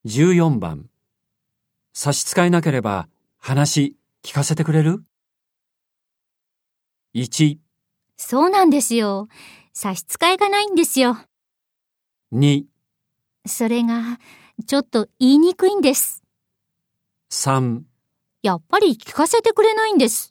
14番。差し支えなければ話聞かせてくれる？ 1、 そうなんですよ。差し支えがないんですよ。 2、 それが、ちょっと言いにくいんです。 3 やっぱり聞かせてくれないんです。